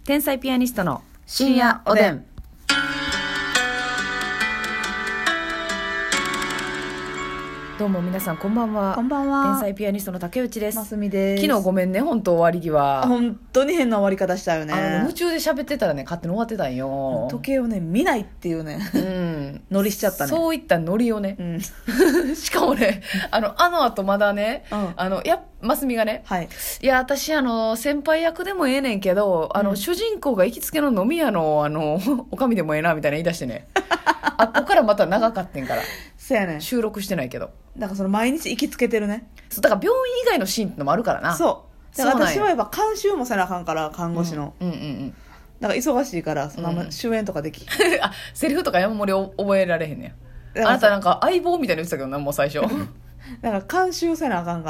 天才ピアニストの深夜おでん。どうも皆さんこんばんは。 こんばんは。 天才ピアニストの竹内です。 ますみです。 昨日ごめんね、本当終わり際本当に変な終わり方したよね。 夢中で喋ってたらね、勝手に終わってたんよ。 時計をね見ないっていうね、ノリしちゃったね。 そういったノリをね、しかもね、あの後まだね、ますみがね、 はい、 いや私先輩役でもええねんけど主人公が行きつけの飲み屋のおかみでもええなみたいな言い出してねあっこからまた長かってんからそうやねん。 収録してないけど、 だからその毎日行きつけてるね。 だから病院以外のシーンってのもあるからな。 そうだから私はやっぱ監修もせなあかんから、看護師の、だから忙しいからその主演とかでき、 あ、セリフとか山盛り覚えられへんねん。あなたなんか相棒みたいに言ってたけどな、もう最初だから監修せなあかんから、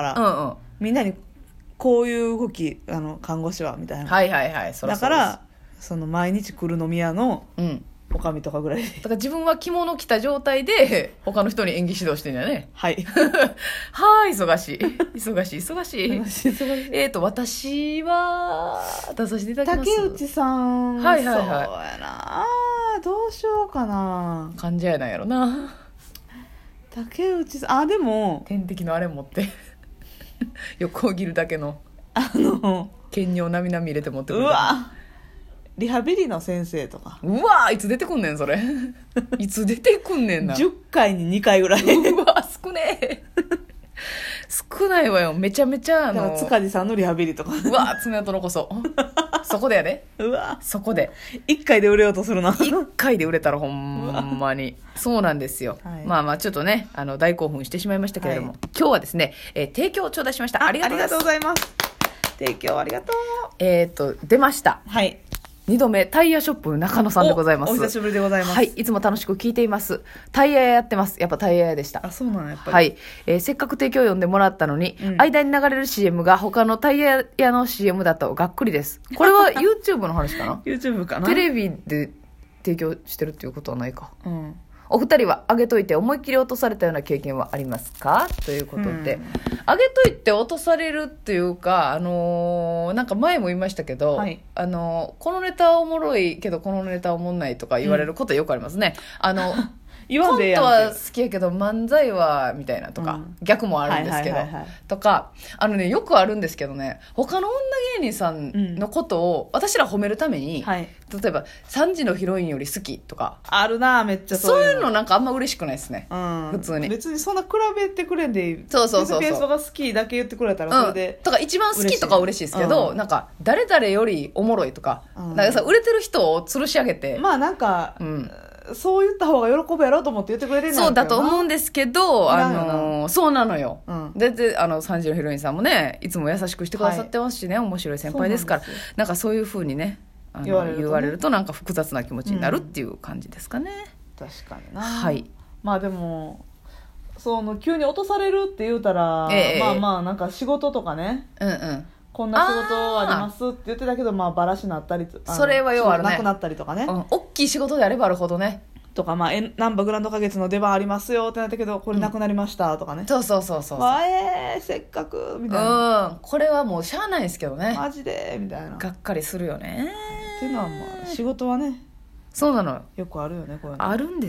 みんなにこういう動き看護師はみたいな、 はいはいはい、そらそうです。 だからその毎日来る飲み屋のおかみとかぐらいで、 だから自分は着物着た状態で他の人に演技指導してんだよね。 はいはい、忙しい忙しい忙しい私は出させていただきます。 竹内さん、 はいはいはい、 そうやな、どうしようかな。 患者やなんやろな。 竹内さん、でも点滴のあれ持って横を切るだけの検尿なみなみ入れて持ってくる。 うわ、リハビリの先生とか、 うわ、いつ出てくんねんそれいつ出てくんねんな。 10回に2回ぐらい。 うわ、少ねえ少ないわよ、めちゃめちゃ塚地さんのリハビリとか。 うわ、爪痕残そうそこでやで、 うわ、 そこで 1回で売れようとするな。 1回で売れたらほんまにそうなんですよ、はい、まあまあちょっとね大興奮してしまいましたけれども、はい、今日はですね、提供を頂戴しました。ありがとうございます。 提供ありがとう。出ました。はい、2度目、タイヤショップ中野さんでございます。 お久しぶりでございます。 はい、いつも楽しく聞いています。タイヤやってます。やっぱタイヤ屋でした。 あ、そうなの、やっぱり。 はい、せっかく提供読んでもらったのに、間に流れる CM が他のタイヤ屋の CM だとがっくりです。これは YouTube の話かな YouTube かな。 テレビで提供してるっていうことはないか。お二人は上げといて思いっきり落とされたような経験はありますかということで、上げといて落とされるっていうか、なんか前も言いましたけど、はい、このネタおもろいけどこのネタおもんないとか言われることよくありますね。コントは好きやけど漫才はみたいなとか、逆もあるんですけど、とかよくあるんですけどね、他の女芸人さんのことを私ら褒めるために、例えば3時のヒロインより好きとかあるな、めっちゃそういうのなんかあんま嬉しくないですね、普通に。 別にそんな比べてくれんでいい。 そうペーストが好きだけ言ってくれたらそれで、 とか一番好きとか嬉しいですけど、なんか誰々よりおもろいとか、なんかさ、売れてる人を吊るし上げて、 まあなんか、そう言った方が喜ぶやろうと思って言ってくれるんだけどな。 そうだと思うんですけど、そうなのよ。で3時のヒロインさんもね、いつも優しくしてくださってますしね、面白い先輩ですから、なんかそういう風にね、言われるとなんか複雑な気持ちになるっていう感じですかね。 確かにな。 はい。 まあでも急に落とされるって言うたら、まあまあなんか仕事とかね、こんな仕事ありますって言ってたけど、まあバラシなったり、 それはようあるね、 なくなったりとかね、 大きい仕事であればあるほどね、 とか、まあ難波グランド花月の出番ありますよってなったけどこれなくなりましたとかね、 そうせっかくみたいな、 これはもうしゃあないですけどね、 マジでみたいな、 がっかりするよね。 っていうのはまあ仕事はね、 そうなのよくあるよね、こういうのあるんです。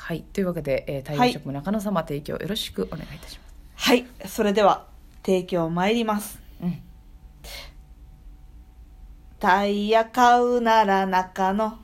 はい、というわけで、タイヤショップ中野様、提供よろしくお願いいたします。 はい、それでは提供参ります。タイヤ買うなら中野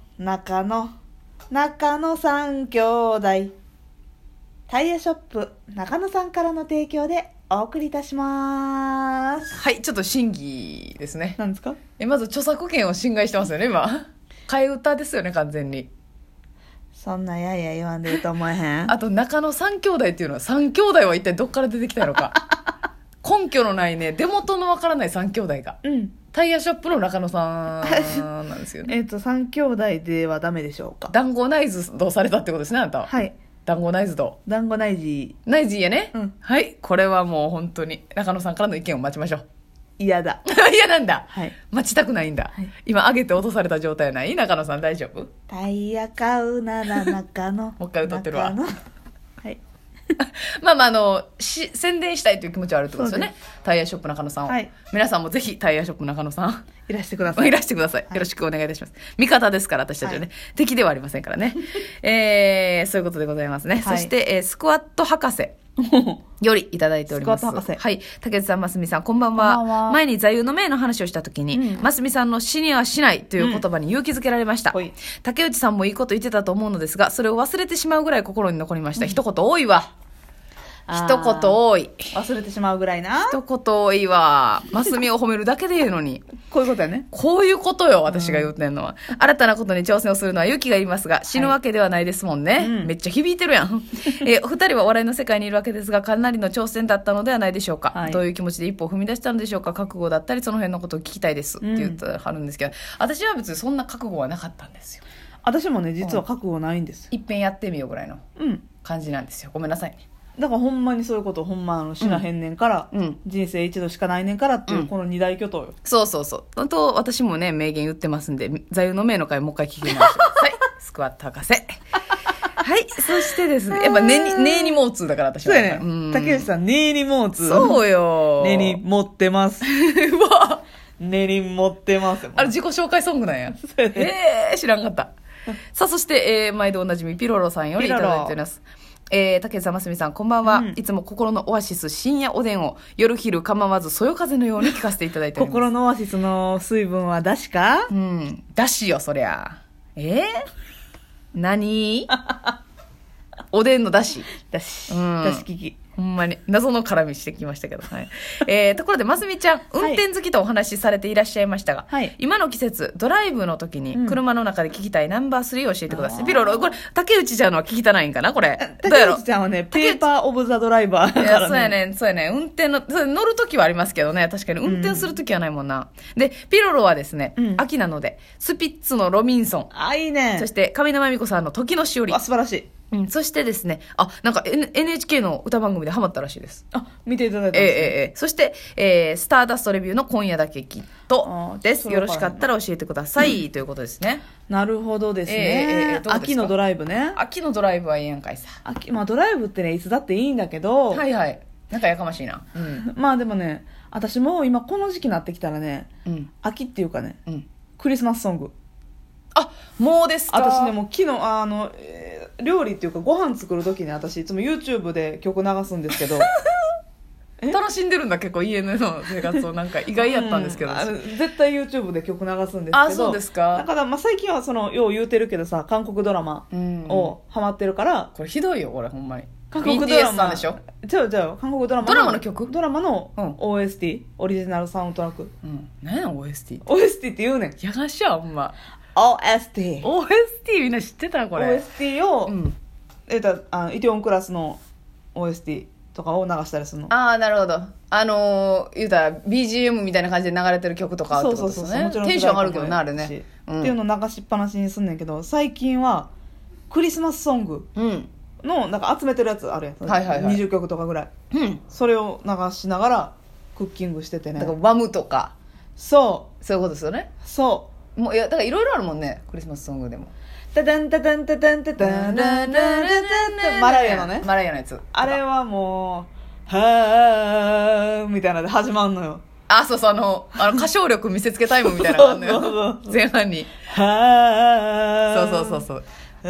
三兄弟、タイヤショップ中野さんからの提供でお送りいたします。 はい、ちょっと審議ですね。 何ですか？ まず著作権を侵害してますよね、今。替え歌ですよね、完全に。 そんなやや言わんでいいと思えへん。 あと中野三兄弟っていうのは、三兄弟は一体どっから出てきたのか根拠のないね、出元のわからない三兄弟が、タイヤショップの中野さんなんですよね。 三兄弟ではダメでしょうか。 団子内図どうされたってことですね、あんたは。 はい、 団子内図どう、 団子内示やね、はい、これはもう本当に中野さんからの意見を待ちましょう。 嫌だ。 嫌なんだ、 はい、 待ちたくないんだ、今上げて落とされた状態ない？中野さん大丈夫？ タイヤ買うなら中野もう一回歌ってるわ。 はい。 まあまあ宣伝したいという気持ちはあるってことですよね、タイヤショップ中野さんを、皆さんもぜひタイヤショップ中野さんいらしてください。 いらしてください。よろしくお願いいたします。味方ですから、私たちはね。敵ではありませんからね。そういうことでございますね。そして、スクワット博士。よりいただいております。はい。竹内さん、ますみさん、こんばんは。前に座右の銘の話をしたときに、ますみさんの死にはしないという言葉に勇気づけられました。竹内さんもいいこと言ってたと思うのですが、それを忘れてしまうぐらい心に残りました。一言多いわ。一言多い。 忘れてしまうぐらいな。 一言多いわ。ますみを褒めるだけで言うのに。 こういうことやね。 こういうことよ、私が言ってんのは。新たなことに挑戦をするのは勇気がいりますが、死ぬわけではないですもんね。めっちゃ響いてるやん。お二人はお笑いの世界にいるわけですが、かなりの挑戦だったのではないでしょうか。どういう気持ちで一歩を踏み出したのでしょうか。覚悟だったり、その辺のことを聞きたいです。って言ってはるんですけど、私は別にそんな覚悟はなかったんですよ。 私もね、実は覚悟ないんです。 一遍やってみようぐらいの感じなんですよ。ごめんなさいね。 だからほんまにそういうことほんま死なへんねんから、人生一度しかないねんからっていう、この二大巨頭よ。 そうそうそう。本当私もね名言言ってますんで、座右の銘の回もう一回聞きましょう。はい、スクワット博士。はい、そしてですね、やっぱ根に持つだから私は。 そうやね。竹内さん根に持つ。 そうよ。 根に持ってます。うわ。根に持ってます。 あれ自己紹介ソングなんや。知らんかった。さあそして、毎度おなじみピロロさんよりいただいております。竹内ますみさんこんばんは、いつも心のオアシス深夜おでんを夜昼構わずそよ風のように聞かせていただいております。 心のオアシスの水分はだしか？ だしよそりゃ。何おでんのだしだし聞きほんまに謎の絡みしてきましたけど、はいところでますみちゃん運転好きとお話しされていらっしゃいましたが、今の季節ドライブの時に車の中で聞きたいナンバー3を教えてください。ピロロこれ竹内ちゃんのは聞きたないんかなこれ。 竹内ちゃんはねペーパーオブザドライバーだからね。 そうやね運転の乗る時はありますけどね、確かに運転する時はないもんな。でピロロはですね、秋なのでスピッツのロビンソン、 いいね。 そして上沼恵美子さんの時のしおり。 素晴らしい。 そしてですね、なんか、NHK の歌番組でハマったらしいです。 見ていただいたんです。 そして、スターダストレビューの今夜だけきっとです。よろしかったら教えてください、ということですね。 なるほどですね。秋のドライブね。 秋のドライブはええやんかいさ。 ドライブってね、いつだっていいんだけど。 はいはい。なんかやかましいな。 まあでもね、私も今この時期になってきたらね、秋っていうかね、クリスマスソング。 もうですか？ 私ね、もう昨日、料理っていうかご飯作る時に私いつも YouTube で曲流すんですけど楽しんでるんだ結構家の生活をなんか意外やったんですけど、 絶対 YouTube で曲流すんですけど。 そうですか？ だから最近はよう言うてるけどさ、韓国ドラマをハマってるから、 これひどいよこれほんまに。 韓国ドラマ BTS さんでしょ？ 違う韓国ドラマの曲？ ドラマの OST、オリジナルサウンドトラック。 何や OST って言うねん。 やがしやほんま。 OST みんな知ってたこれ。 OST を、イテウォンクラスの OST とかを流したりするの。 なるほど。言うたら BGM みたいな感じで流れてる曲とかってことですね。もちろんテンション上がるけどなあれね、 っていうの流しっぱなしにすんねんけど、最近はクリスマスソングのなんか集めてるやつあるやん、20曲とかぐらい、それを流しながらクッキングしててね。 だからワムとかそういうことですよね。もういやだからいろいろあるもんね、クリスマスソングでも。 タタンタタンタタンタタンタタンタンマライアのね、 マライアのやつ。 あれはもうはーみたいなので始まんのよ。 そう歌唱力見せつけタイムみたいなのがあるのよ前半にそう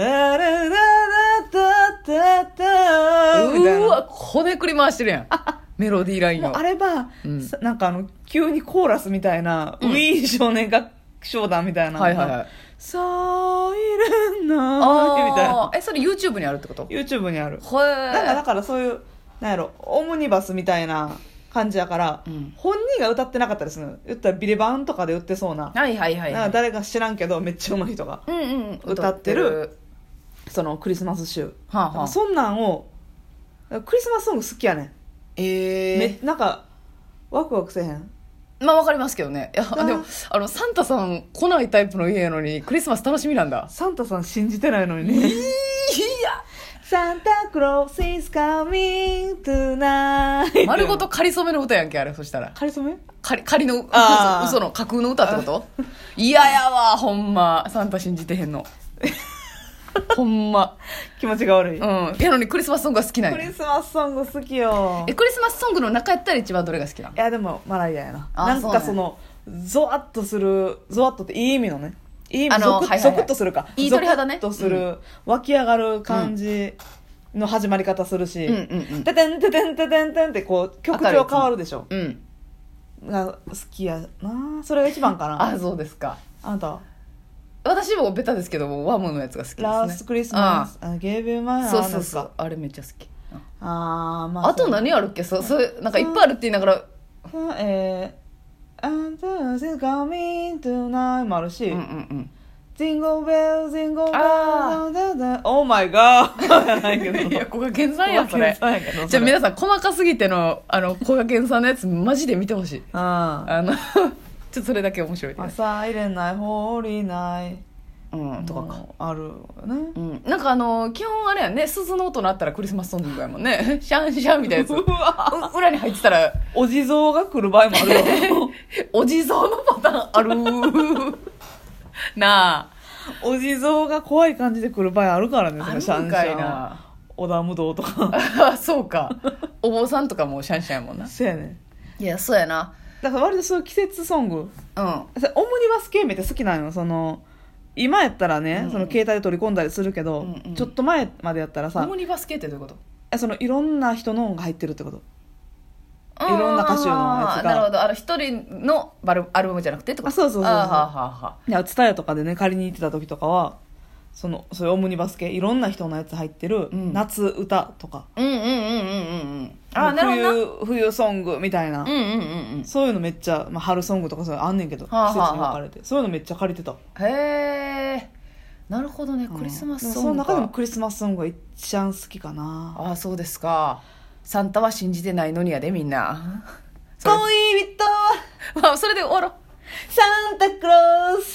うわこねくり回してるやんメロディーラインを。 あれば、なんか急にコーラスみたいな、ウィーン少年合唱団みたいな、サイレンナーみたいな。 それ YouTube にあるってこと？ YouTube にある。だからそういうなんやろオムニバスみたいな感じやから、本人が歌ってなかったりするの。言ったらビレバンとかで売ってそうな、誰か知らんけどめっちゃ上手い人が歌ってるそのクリスマス集、そんなんをクリスマスソング好きやねん。なんかワクワクせえへん？ わかりますけどね。いやでもサンタさん来ないタイプの家やのにクリスマス楽しみなんだ。 サンタさん信じてないのにね。いやサンタクロース is coming tonight 丸ごと仮初めの歌やんけあれ。そしたら仮初め？ 仮の嘘の架空の歌ってこと？嫌やわほんま、サンタ信じてへんのほんま気持ちが悪い。 やのにクリスマスソングが好きなんや。 クリスマスソング好きよ。 クリスマスソングの中やったら一番どれが好きなの？ いやでもマライアやな。なんかゾワッとする、ゾワッとっていい意味のね、いい意味ゾクッとするか、 いい鳥肌ね、 ゾクッとする、湧き上がる感じの始まり方するし、ててんててんててんてんってこう曲調変わるでしょ。が好きやな。それが一番かな。 あ、そうですか。 あなた？ 私もベタですけどワムのやつが好きですね。 ラストクリスマス、ゲーブマイ、 そうそうそう、あれめっちゃ好き。 まあ、 あと何あるっけ？そうなんかいっぱいあるって言いながら、 I'm coming tonight もあるし、Jingle Bell Jingle Bell Oh my God やないけど、 いやこがけんさんやそれ。じゃあ皆さん細かすぎてのこがけんさんのやつマジで見てほしい。ちょっとそれだけ面白いです。 朝入れないホーリーナイとかかあるね。 なんか基本あれやね、鈴の音鳴ったらクリスマスソングやもんね。シャンシャンみたいなやつ裏に入ってたらお地蔵が来る場合もあるよ。 お地蔵のパターンあるなあ、 お地蔵が怖い感じで来る場合あるからね。 シャンシャン、 織田無道とかそうか、お坊さんとかもシャンシャンやもんな。 そうやね。 いやそうやな。 だから割とそういう季節ソング、オムニバス系めっちゃ好きなのよ。その今やったらね、その携帯で取り込んだりするけど、ちょっと前までやったらさ、 オムニバス系ってどういうこと？ そのいろんな人の音が入ってるってこと。いろんな歌手のやつが。 なるほど、一人のアルバムじゃなくてってこと。 そうそうそうそう。 いやツタヤとかでね借りに行ってた時とかはそういうオムニバス系いろんな人のやつ入ってる、夏歌とか、冬ソングみたいな、そういうのめっちゃ、春ソングとかそういうのあんねんけど、季節に分かれてそういうのめっちゃ借りてた。 へえ、なるほどね。クリスマスソングか。 その中でもクリスマスソングが一番好きかな。 ああそうですか。サンタは信じてないのにやでみんな。 恋人それで終わろう。 サンタクロース